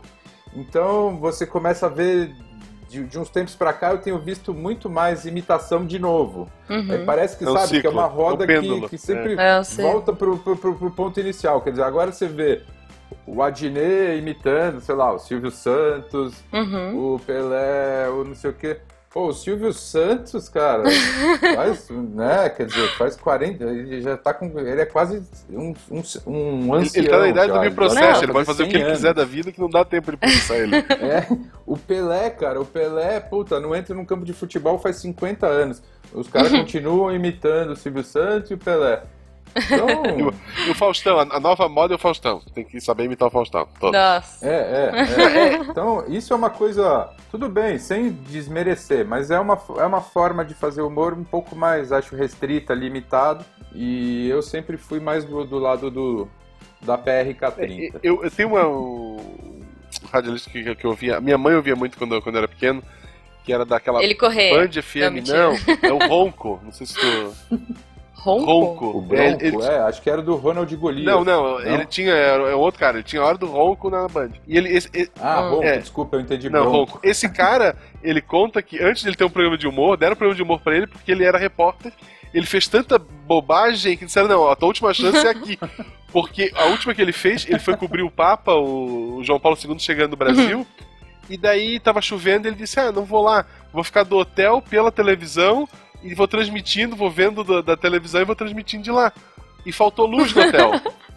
Então você começa a ver, de, de uns tempos pra cá, eu tenho visto muito mais imitação de novo. Uhum. É, parece que, é sabe, ciclo, que é uma roda é que, que sempre é. volta pro, pro, pro, pro ponto inicial. Quer dizer, agora você vê o Adnet imitando, sei lá, o Silvio Santos, uhum. o Pelé, o não sei o quê. Pô, o Silvio Santos, cara, faz, né, quer dizer, faz quarenta, ele já tá com, ele é quase um, um, um ancião. Ele tá na idade do meu processo, não, ele pode fazer o que ele quiser da vida que não dá tempo de processar ele. É, o Pelé, cara, o Pelé, puta, não entra num campo de futebol faz cinquenta anos. Os caras continuam imitando o Silvio Santos e o Pelé. Então... E, o, e o Faustão, a nova moda é o Faustão. Tem que saber imitar o Faustão. Todos. Nossa. É, é, é. Então, isso é uma coisa... Tudo bem, sem desmerecer, mas é uma, é uma forma de fazer humor um pouco mais, acho, restrita, limitado. E eu sempre fui mais do, do lado do, da P R K trinta. Eu, eu tenho uma... Um, radialista que, que eu ouvia... Minha mãe ouvia muito quando, quando eu era pequeno, que era daquela Ele correr. Band F M. Não, não, é o Ronco. Não sei se tu... Ronco? Ronco. O Bronco, é, ele... é, acho que era do Ronald Golias. Não, não, não, ele tinha, é outro cara, ele tinha a hora do Ronco na Band. E ele, esse, esse... Ah, Ronco, é. Desculpa, eu entendi Não, Bronco. Ronco. Esse cara, ele conta que antes de ele ter um programa de humor, deram um programa de humor pra ele porque ele era repórter, ele fez tanta bobagem que disseram, não, a tua última chance é aqui. Porque a última que ele fez, ele foi cobrir o Papa, o João Paulo segundo chegando no Brasil, uhum. e daí tava chovendo, ele disse, ah, não vou lá, vou ficar do hotel pela televisão, e vou transmitindo, vou vendo da, da televisão e vou transmitindo de lá. E faltou luz no hotel.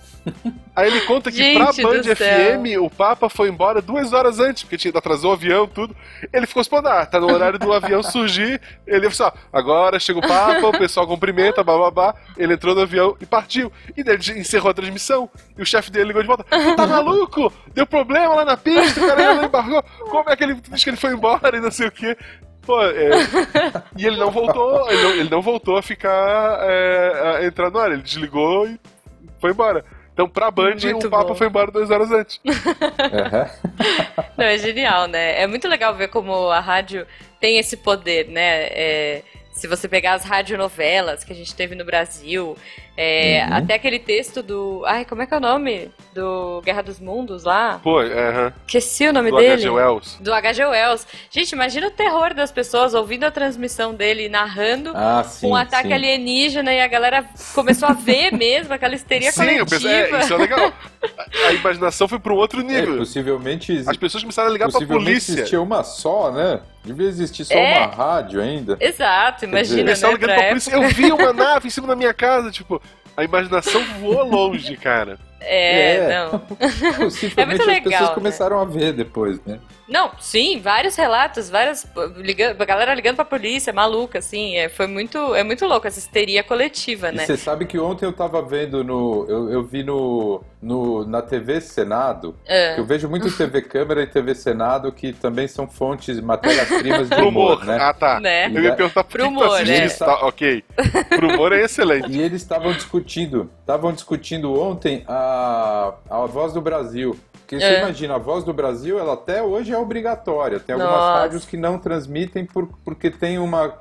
Aí ele conta que Gente pra Band F M o Papa foi embora duas horas antes, porque tinha, atrasou o avião, tudo. Ele ficou esperando, ah, tá no horário do avião surgir. Ele falou assim, ó, agora chega o Papa, o pessoal cumprimenta, bababá. Ele entrou no avião e partiu. E daí ele encerrou a transmissão. E o chefe dele ligou de volta, tá maluco? Deu problema lá na pista, o cara não embarcou. Como é que ele diz que ele foi embora e não sei o quê? Pô, é... E ele não voltou, ele não, ele não voltou a ficar, é, a entrar no ar, ele desligou e foi embora. Então, pra Band, muito o Papa bom. Foi embora duas horas antes. Uhum. Não, é genial, né? É muito legal ver como a rádio tem esse poder, né? É... Se você pegar as radionovelas que a gente teve no Brasil, é, uhum. até aquele texto do... Ai, como é que é o nome? Do Guerra dos Mundos lá? Pô, é... Uh-huh. Esqueci o nome do dele. H G. Wells. Do H G. Wells. Gente, imagina o terror das pessoas ouvindo a transmissão dele, narrando ah, sim, um ataque sim. alienígena e a galera começou a ver mesmo aquela histeria sim, coletiva. Eu pensei, é, isso é legal. A, a imaginação foi para um outro nível. É, possivelmente... As pessoas começaram a ligar pra polícia. Possivelmente existia uma só, né? Devia existir só é. uma rádio ainda. Exato, imagina, dizer, né? Pra polícia, eu vi uma nave em cima da minha casa, tipo, a imaginação voou longe, cara. É, é. não. Possivelmente é muito legal, as pessoas né? começaram a ver depois, né? Não, sim, vários relatos, várias ligando, a galera ligando pra polícia, maluca, assim, é, foi muito, é muito louco essa histeria coletiva, né? E você sabe que ontem eu tava vendo no, eu, eu vi no, no, na T V Senado, é. que eu vejo muito T V Câmara e T V Senado, que também são fontes, matérias-primas de humor, né? Ah, tá. Né? Eu ia perguntar por Pro humor, que né? isso, tá, ok. Pro humor é excelente. E eles estavam discutindo, estavam discutindo ontem a, a Voz do Brasil. Porque você é. imagina, a Voz do Brasil, ela até hoje é obrigatória. Tem algumas Nossa. rádios que não transmitem por, porque tem uma,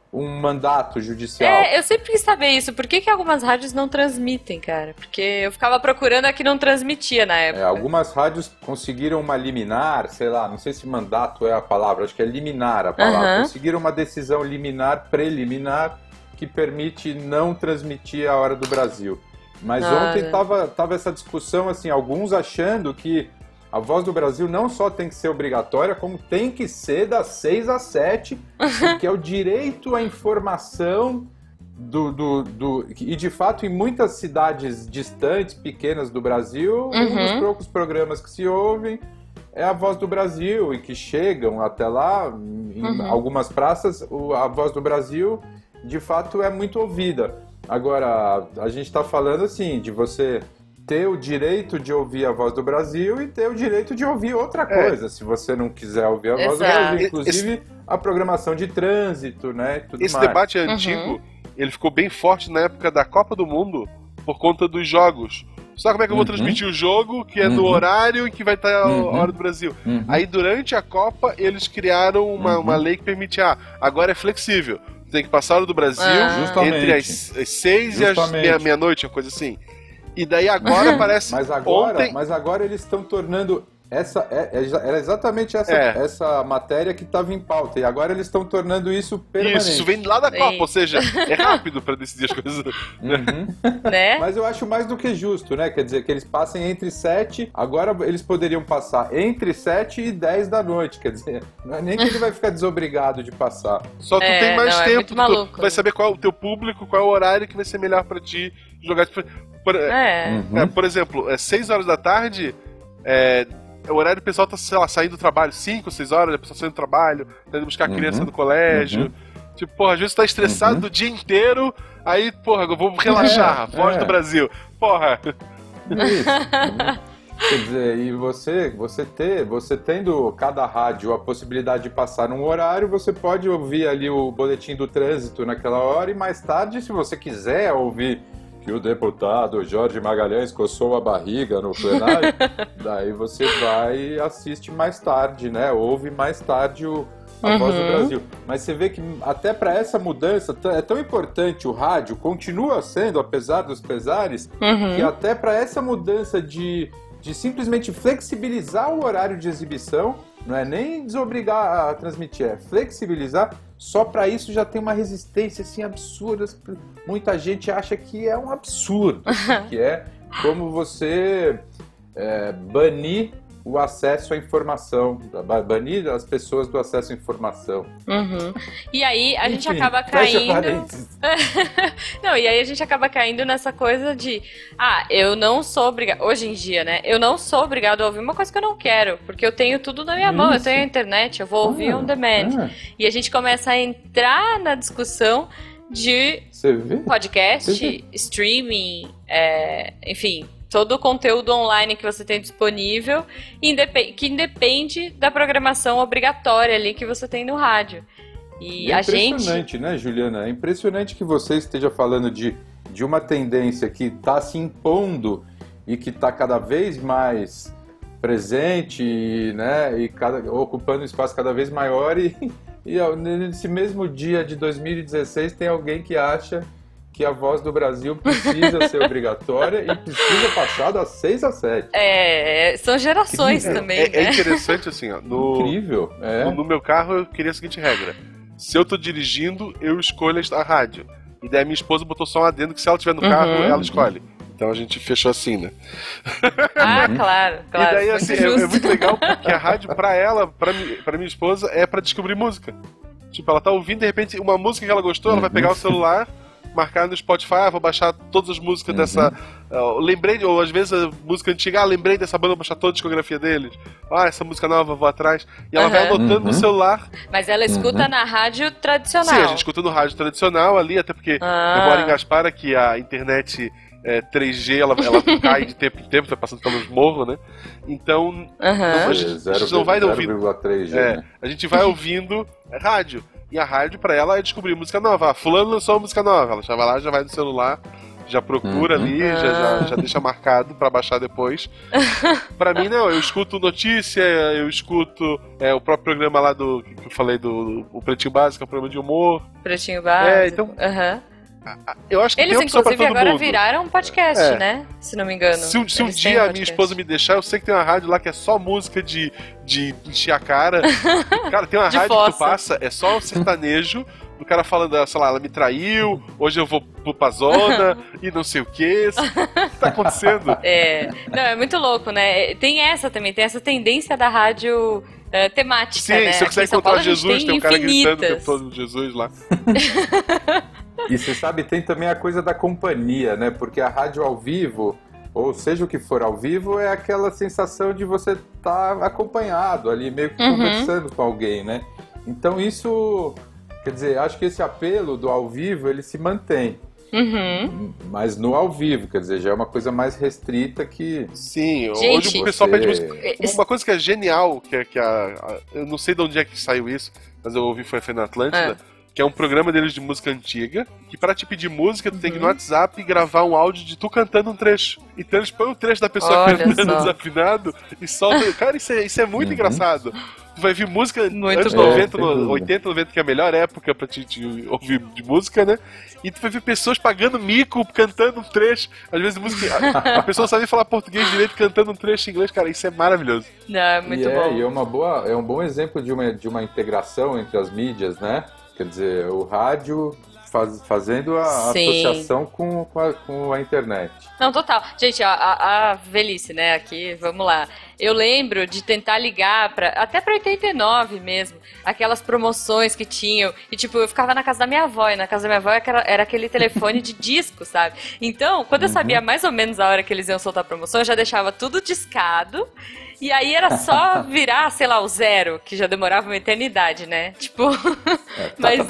um mandato judicial. É, eu sempre quis saber isso. Por que, que algumas rádios não transmitem, cara? Porque eu ficava procurando a que não transmitia na época. É, algumas rádios conseguiram uma liminar, sei lá, não sei se mandato é a palavra, acho que é liminar a palavra. Uhum. Conseguiram uma decisão liminar, preliminar, que permite não transmitir a Hora do Brasil. Mas Ah, ontem né? tava, tava essa discussão, assim, alguns achando que a Voz do Brasil não só tem que ser obrigatória, como tem que ser das seis às sete, porque é o direito à informação do, do, do... E, de fato, em muitas cidades distantes, pequenas do Brasil, um dos Uhum. poucos programas que se ouvem é a Voz do Brasil, e que chegam até lá, em Uhum. algumas praças, o- a Voz do Brasil, de fato, é muito ouvida. Agora, a gente está falando, assim, de você ter o direito de ouvir a Voz do Brasil e ter o direito de ouvir outra É. coisa, se você não quiser ouvir a Voz do Exato. Brasil. Inclusive, a programação de trânsito, né, e tudo Esse mais. debate Uhum. antigo, ele ficou bem forte na época da Copa do Mundo por conta dos jogos. Sabe como é que eu vou Uhum. transmitir o jogo, que é no Uhum. horário em que vai estar a Uhum. hora do Brasil? Uhum. Aí, durante a Copa, eles criaram uma, Uhum. uma lei que permite, ah, agora é flexível. Tem que passar a hora do Brasil Ah. Justamente. entre as, as seis e as Justamente. meia- meia-noite, uma coisa assim. E daí agora parece... Mas agora, ontem... mas agora eles estão tornando essa é, é- era exatamente essa, É. essa matéria que estava em pauta, e agora eles estão tornando isso permanente. Isso, isso vem lá da Copa, Ei. ou seja, é rápido pra decidir as coisas. Uhum. Né? Mas eu acho mais do que justo, né? Quer dizer, que eles passem entre sete, agora eles poderiam passar entre sete e dez da noite, quer dizer, não é nem que ele vai ficar desobrigado de passar. Só tu É, tem mais não, é tempo, muito tu- maluco, tu vai né? saber qual é o teu público, qual é o horário que vai ser melhor pra ti jogar. Por, por- É. Uhum. é, por exemplo, é seis horas da tarde, é, o horário do pessoal tá, sei lá, saindo do trabalho, cinco, seis horas, a pessoa saindo do trabalho, tá indo buscar a Uhum. criança do colégio. Uhum. Tipo, porra, às vezes tu tá estressado Uhum. do dia inteiro, aí, porra, eu vou relaxar, É, voz é. do Brasil. Porra, Isso. Né? Quer dizer, e você, você ter, você tendo cada rádio a possibilidade de passar num horário, você pode ouvir ali o boletim do trânsito naquela hora, e mais tarde, se você quiser ouvir que o deputado Jorge Magalhães coçou a barriga no plenário, daí você vai e assiste mais tarde, né? Ouve mais tarde o, a Voz do Uhum. Brasil. Mas você vê que até para essa mudança t- é tão importante o rádio, continua sendo, apesar dos pesares, que Uhum. até para essa mudança de, de simplesmente flexibilizar o horário de exibição, não é nem desobrigar a transmitir, é flexibilizar, só para isso já tem uma resistência assim absurda. Muita gente acha que é um absurdo, que é como você é, banir o acesso à informação, ba- banir as pessoas do acesso à informação. Uhum. E aí a gente Enfim, acaba fecha caindo. parênteses. Não, e aí a gente acaba caindo nessa coisa de, ah, eu não sou obrigado, hoje em dia, né? Eu não sou obrigado a ouvir uma coisa que eu não quero, porque eu tenho tudo na minha mão, eu Isso. tenho a internet, eu vou ouvir Ah, on demand. ah, E a gente começa a entrar na discussão de você vê? podcast, Você streaming, é, enfim, todo o conteúdo online que você tem disponível, indepe- que independe da programação obrigatória ali que você tem no rádio. E É a gente. impressionante, né, Juliana? É impressionante que você esteja falando de, de uma tendência que está se impondo e que está cada vez mais presente, né, e cada, ocupando um espaço cada vez maior, e, e ó, nesse mesmo dia de dois mil e dezesseis tem alguém que acha que a Voz do Brasil precisa ser obrigatória e precisa passar das seis às sete. É, são gerações Incrível. também, é, é né? interessante assim, ó. No, Incrível, é. no, no meu carro eu queria a seguinte regra: se eu tô dirigindo, eu escolho a rádio. E daí a minha esposa botou só um adendo que se ela estiver no carro, Uhum. ela escolhe. Então a gente fechou assim, né? Ah, Uhum. claro, claro. e daí, muito assim, é, justo. é muito legal porque a rádio, pra ela, pra, mi, pra minha esposa, é pra descobrir música. Tipo, ela tá ouvindo, de repente, uma música que ela gostou, ela vai Uhum. pegar o celular, marcar no Spotify, ah, vou baixar todas as músicas Uhum. dessa... Uh, lembrei, ou às vezes a música antiga, ah, lembrei dessa banda, vou baixar toda a discografia deles. Ah, essa música nova, vou atrás. E ela vai Aham. anotando Uhum. no celular. Mas ela escuta Uhum. na rádio tradicional. Sim, a gente escuta no rádio tradicional ali, até porque Ah. eu moro em Gaspara, que a internet é, três G, ela, ela cai de tempo em tempo, tá passando pelos morros, né? Então, Aham. a gente- a gente não vai ouvindo. zero vírgula três G, é, né? a gente vai ouvindo rádio. E a rádio, pra ela, é descobrir música nova. Ah, fulano lançou uma música nova. Ela já vai lá, já vai no celular, Já procura Uhum. ali, já, já, já deixa marcado pra baixar depois. Pra mim, não, eu escuto notícia, eu escuto é, o próprio programa lá do que eu falei do o Pretinho Básico, é um programa de humor. Pretinho Básico. É, então- Aham. Eu acho que Eles, tem opção pra inclusive, todo agora mundo. viraram um podcast, É. né? Se não me engano. Se um, se um Eles têm dia a minha podcast. esposa me deixar, eu sei que tem uma rádio lá que é só música de, de encher a cara. Cara, tem uma De rádio que tu fossa. passa, é só o sertanejo, do cara falando, sei lá, ela me traiu, hoje eu vou pro pra zona, e não sei o que. O que tá acontecendo? É. Não, é muito louco, né? Tem essa também, tem essa tendência da rádio é, temática, Sim, né? se eu Aqui quiser em São encontrar Paulo, a gente Jesus, tem um cara gritando o infinitas. tempo todo Jesus lá. E você sabe, tem também a coisa da companhia, né? Porque a rádio ao vivo, ou seja o que for ao vivo, é aquela sensação de você estar acompanhado ali, meio que Uhum. conversando com alguém, né? Então isso, quer dizer, acho que esse apelo do ao vivo, ele se mantém. Uhum. Mas no ao vivo, quer dizer, já é uma coisa mais restrita que... Sim, Gente, hoje o pessoal você- pede música. Uma coisa que é genial, que, é- que a, a- eu não sei de onde é que saiu isso, mas eu ouvi foi, foi na Atlântida, que é um programa deles de música antiga, que pra te pedir música, tu tem que ir no WhatsApp gravar um áudio de tu cantando um trecho. Então eles põem um trecho da pessoa Olha cantando só. desafinado e soltam. Cara, isso é, isso é muito Uhum. engraçado. Tu vai vir música Muito anos bom. noventa, É, sem dúvida. oitenta, noventa, que é a melhor época pra te, te ouvir de música, né? E tu vai ver pessoas pagando mico, cantando um trecho. Às vezes música. A, a pessoa sabe falar português direito cantando um trecho em inglês, cara, isso é maravilhoso. Não, é muito e é, bom. E é, uma boa, é um bom exemplo de uma, de uma integração entre as mídias, né? Quer dizer, o rádio faz, fazendo a Sim. associação com, com, a, com a internet. Não, total. Gente, a, a, a velhice, né, aqui, vamos lá. Eu lembro de tentar ligar pra, até pra oitenta e nove mesmo, aquelas promoções que tinham. E, tipo, eu ficava na casa da minha avó, e na casa da minha avó era, era aquele telefone de disco, sabe? Então, quando eu sabia mais ou menos a hora que eles iam soltar a promoção, eu já deixava tudo discado. E aí era só virar, sei lá, o zero, que já demorava uma eternidade, né? Tipo. Mas.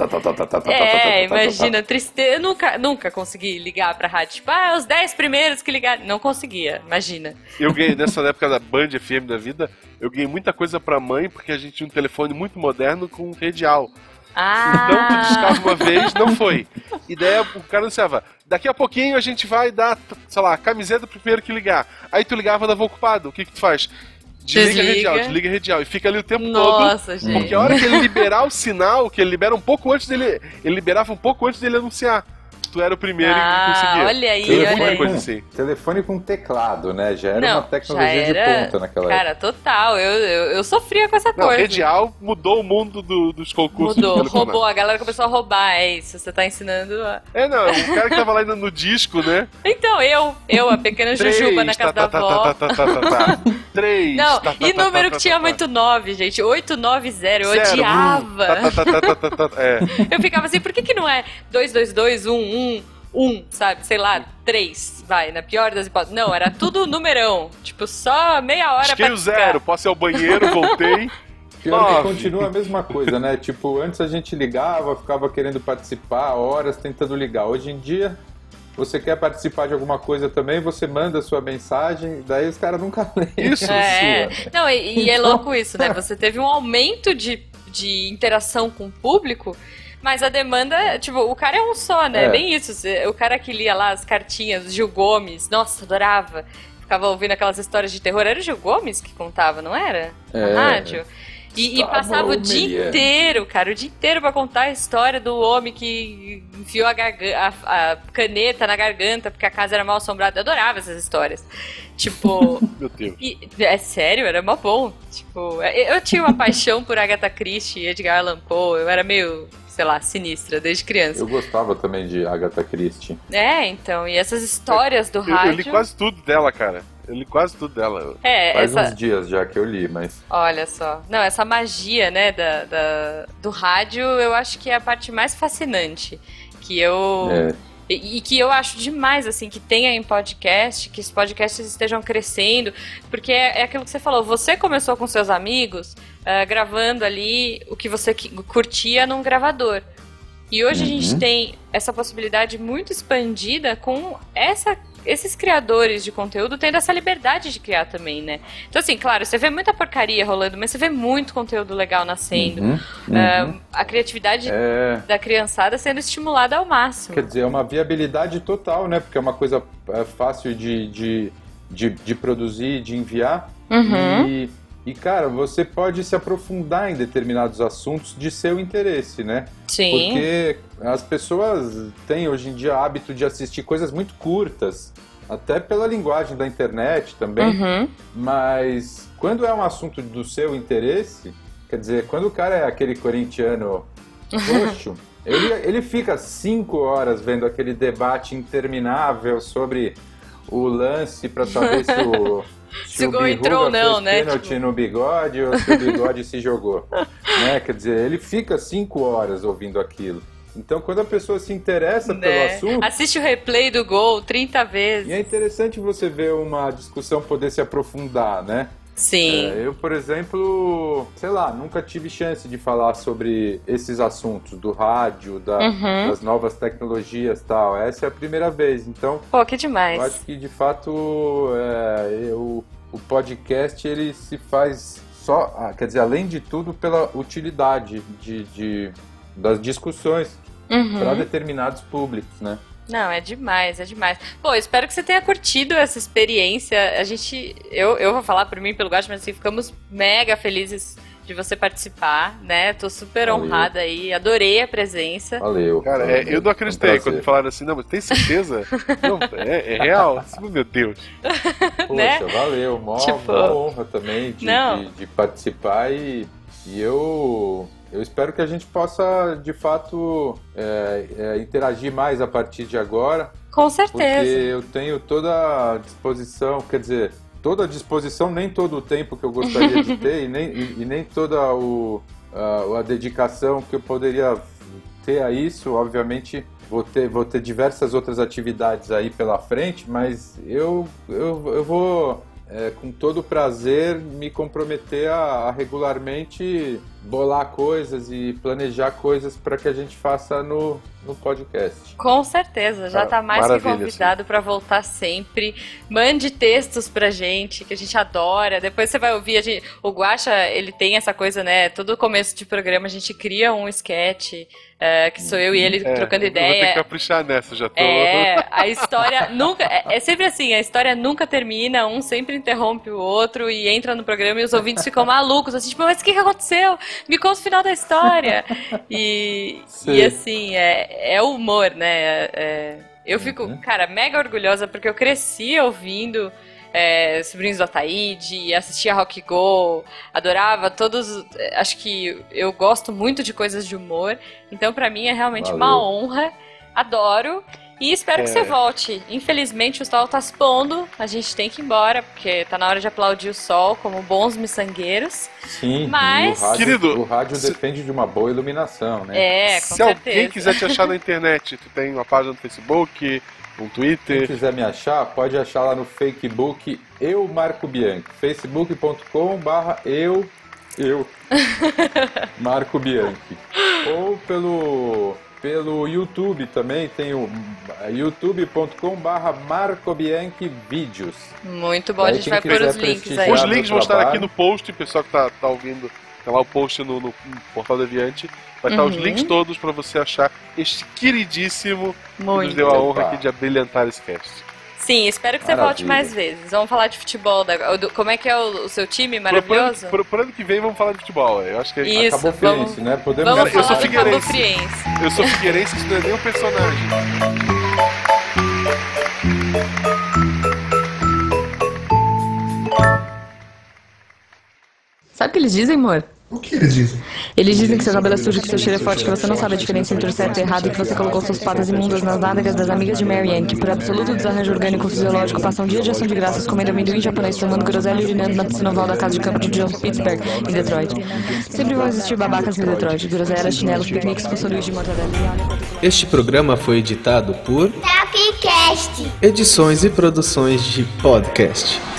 É, imagina, tristeza. Eu nunca, nunca consegui ligar pra rádio. Tipo, ah, os dez primeiros que ligaram. Não conseguia, imagina. Eu ganhei, nessa época da Band F M da vida, eu ganhei muita coisa pra mãe, porque a gente tinha um telefone muito moderno com radial. Então tu Ah! discava uma vez, não foi. E daí o cara anunciava, daqui a pouquinho a gente vai dar, sei lá, camiseta pro primeiro que ligar. Aí tu ligava, dava ocupado. O que que tu faz? Desliga Desliga. radial, desliga radial. E fica ali o tempo Nossa, todo. gente. Porque a hora que ele liberar o sinal, que ele libera um pouco antes dele. Ele liberava um pouco antes dele anunciar. Tu era o primeiro Ah, que conseguia. olha aí, Tem olha muita aí. coisa assim. Telefone com teclado, né? Já era Não, uma tecnologia já era- de ponta naquela Cara, total. Eu, eu, eu sofria com essa Não, coisa. radial mudou o mundo do- dos concursos. Mudou, de telefonema. roubou. A galera começou a roubar. É isso, você tá ensinando a... É, não, o cara que tava lá ainda no disco, né? Então, eu, eu, a pequena Jujuba na casa da tá, avó. tá, tá, tá, tá, tá, tá. Três. Não, tá, tá, e tá, número tá, que tinha tá, muito nove, gente. oito nove zero, eu Zero, odiava. Tá, tá, tá, tá, tá, tá, tá, é. Eu ficava assim, por que que não é dois dois dois um um um, sabe? Sei lá, três, vai, na pior das hipóteses. Não, era tudo numerão. Tipo, só meia hora Esquei pra o zero, posso ir ao banheiro, voltei. Pior que Nove. continua a mesma coisa, né? Tipo, antes a gente ligava, ficava querendo participar, horas tentando ligar. Hoje em dia, você quer participar de alguma coisa também, você manda a sua mensagem, daí os caras nunca leem. Isso. a É. sua. Não, e, e é louco isso, né? Você teve um aumento de, de interação com o público, mas a demanda, tipo, o cara é um só, né? É. Bem isso. Você- O cara que lia lá as cartinhas, o Gil Gomes, nossa, adorava. Ficava ouvindo aquelas histórias de terror. Era o Gil Gomes que contava, não era? Na É. rádio. E, e Estava passava o dia humilhante. inteiro, cara, o dia inteiro pra contar a história do homem que enfiou a, garga- a- a caneta na garganta porque a casa era mal assombrada. Eu adorava essas histórias. Tipo, Meu Deus. e- é sério, era mó bom. Tipo, eu eu tinha uma paixão por Agatha Christie e Edgar Allan Poe. Eu era meio, sei lá, sinistra desde criança. Eu gostava também de Agatha Christie. É, então, e essas histórias do Eu, rádio. eu li quase tudo dela, cara. Eu li quase tudo dela. É, Faz essa. uns dias já que eu li, mas... Olha só. Não, essa magia, né, da, da- do rádio, eu acho que é a parte mais fascinante. Que eu. É. E, e que eu acho demais, assim, que tenha em podcast, que os podcasts estejam crescendo, porque é, é aquilo que você falou, você começou com seus amigos, ah, gravando ali o que você qui- curtia num gravador. E hoje a gente Uhum. tem essa possibilidade muito expandida com essa esses criadores de conteúdo tendo essa liberdade de criar também, né? Então, assim, claro, você vê muita porcaria rolando, mas você vê muito conteúdo legal nascendo. Uhum, uhum. Uh, a criatividade é... da criançada sendo estimulada ao máximo. Quer dizer, é uma viabilidade total, né? Porque é uma coisa fácil de, de, de, de produzir, de enviar. Uhum. E, e, cara, você pode se aprofundar em determinados assuntos de seu interesse, né? Sim. Porque as pessoas têm hoje em dia hábito de assistir coisas muito curtas, até pela linguagem da internet também. Uhum. Mas quando é um assunto do seu interesse, quer dizer, quando o cara é aquele corintiano roxo, ele, ele fica cinco horas vendo aquele debate interminável sobre o lance para saber se o... Se, se o gol entrou ou não, né? Pênalti tipo... no bigode ou se o bigode se jogou. Né? Quer dizer, ele fica cinco horas ouvindo aquilo. Então, quando a pessoa se interessa né? pelo assunto... Assiste o replay do gol trinta vezes. E é interessante você ver uma discussão poder se aprofundar, né? Sim. É, eu, por exemplo, sei lá, nunca tive chance de falar sobre esses assuntos do rádio, da, uhum. das novas tecnologias e tal. Essa é a primeira vez, então... Pô, que demais. Eu acho que, de fato, é, eu, o podcast, ele se faz só, ah, quer dizer, além de tudo, pela utilidade de, de, das discussões uhum. para determinados públicos, né? Não, é demais, é demais. Pô, espero que você tenha curtido essa experiência. A gente, eu, eu vou falar por mim, pelo Guaxa, mas assim, ficamos mega felizes de você participar, né? Tô super Valeu. honrada aí, adorei a presença. Valeu. Cara, valeu. É, eu não acreditei um quando me falaram assim, não, mas tem certeza? Não, é, é real? Assim, meu Deus. Poxa, né? valeu, mó, tipo... mó honra também de, de, de participar e, e eu... Eu espero que a gente possa, de fato, é, é, interagir mais a partir de agora. Com certeza. Porque eu tenho toda a disposição, quer dizer, toda a disposição, nem todo o tempo que eu gostaria de ter e nem, e, e nem toda o, a, a dedicação que eu poderia ter a isso. Obviamente, vou ter, vou ter diversas outras atividades aí pela frente, mas eu, eu, eu vou... É, com todo prazer, me comprometer a, a regularmente bolar coisas e planejar coisas para que a gente faça no, no podcast. Com certeza, já está mais que convidado para voltar sempre. Mande textos pra gente, que a gente adora. Depois você vai ouvir, a gente, o Guaxa, ele tem essa coisa, né? Todo começo de programa a gente cria um sketch, é, que sou eu e ele é, trocando ideia. Eu vou ter que caprichar nessa, já tô... É, a história nunca... É, é sempre assim, a história nunca termina, um sempre interrompe o outro e entra no programa e os ouvintes ficam malucos, assim, tipo, mas o que, que aconteceu? Me conta o final da história. E, e assim, é, é o humor, né? É, eu fico, uhum. cara, mega orgulhosa porque eu cresci ouvindo é, Sobrinhos do Ataíde, assistia Rock Go, adorava todos, acho que eu gosto muito de coisas de humor, então pra mim é realmente Valeu. uma honra, adoro. E espero é. que você volte. Infelizmente o sol tá se pondo, a gente tem que ir embora, porque tá na hora de aplaudir o sol como bons miçangueiros. Sim, mas... o rádio, Querido, o rádio se... depende de uma boa iluminação, né? É, com Se certeza. alguém quiser te achar na internet, tu tem uma página no Facebook, um Twitter... Quem quiser me achar, pode achar lá no Facebook Eu Marco Bianchi, facebook ponto com barra eu, eu, Marco Bianchi. Ou pelo... Pelo YouTube também, tem o youtube ponto com barra Marco Bianchi Vídeos. Muito bom, Daí, a gente vai pôr os links aí. Os links vão estar aqui no post, o pessoal que tá, tá ouvindo, tem lá o post no, no Portal Deviante. Vai estar uhum. os links todos para você achar este queridíssimo Muito. que nos deu a honra aqui de abrilhantar esse cast. Sim, espero que você Maravilha. volte mais vezes. Vamos falar de futebol. Da, do, como é que é o, o seu time maravilhoso? Por, por, por ano que vem vamos falar de futebol. Eu acho que Isso, acabou vamos, Fluminense, né? Podemos vamos Cara, eu sou figueirense. figueirense. Eu sou figueirense, que isso não é nem um personagem. Sabe o que eles dizem, amor? O que eles dizem? Eles dizem que seu cabelo é sujo, que seu cheiro é forte, que você não sabe a diferença entre o certo e o errado, e que você colocou suas patas imundas nas nádegas das amigas de Marianne, que por absoluto desarranjo orgânico fisiológico passam um dia de ação de graças comendo amendoim japonês, tomando groselha e urinando na piscina oval da casa de campo de John Pittsburgh, em Detroit. Sempre vão existir babacas em Detroit, groselhas, chinelos, piqueniques com sanduíche de mortadela. Este programa foi editado por Tapcast. Edições e Produções de Podcast.